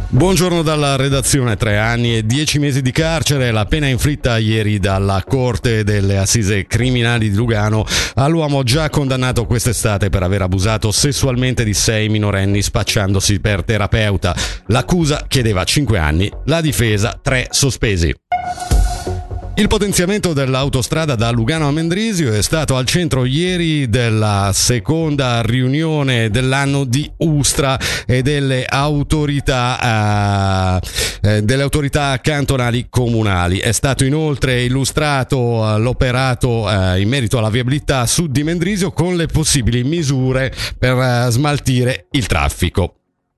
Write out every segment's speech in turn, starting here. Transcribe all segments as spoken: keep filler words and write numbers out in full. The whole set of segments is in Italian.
Buongiorno dalla redazione. Tre anni e dieci mesi di carcere, la pena inflitta ieri dalla Corte delle Assise Criminali di Lugano all'uomo già condannato quest'estate per aver abusato sessualmente di sei minorenni spacciandosi per terapeuta. L'accusa chiedeva cinque anni, la difesa tre sospesi. Il potenziamento dell'autostrada da Lugano a Mendrisio è stato al centro ieri della seconda riunione dell'anno di Ustra e delle autorità, eh, delle autorità cantonali comunali. È stato inoltre illustrato eh, l'operato eh, in merito alla viabilità sud di Mendrisio con le possibili misure per eh, smaltire il traffico.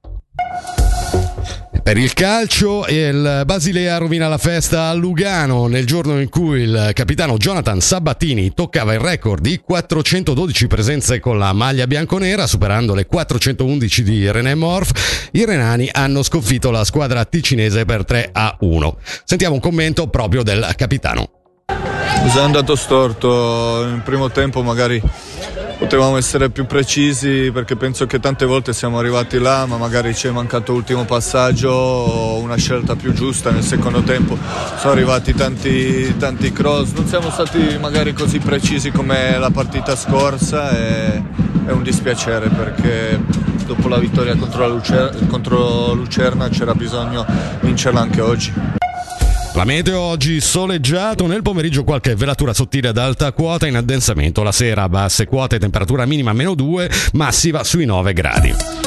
Per il calcio, il Basilea rovina la festa a Lugano nel giorno in cui il capitano Jonathan Sabatini toccava il record di quattrocentododici presenze con la maglia bianconera, superando le quattrocentoundici di René Morf. I renani hanno sconfitto la squadra ticinese per tre a uno. Sentiamo un commento proprio del capitano. È andato storto nel primo tempo, magari potevamo essere più precisi, perché penso che tante volte siamo arrivati là ma magari ci è mancato l'ultimo passaggio o una scelta più giusta nel secondo tempo. Sono arrivati tanti, tanti cross, non siamo stati magari così precisi come la partita scorsa e è un dispiacere, perché dopo la vittoria contro, la Lucer- contro Lucerna c'era bisogno vincerla anche oggi. La meteo oggi soleggiato, nel pomeriggio qualche velatura sottile ad alta quota in addensamento, la sera basse quote, temperatura minima meno due, massiva sui nove gradi.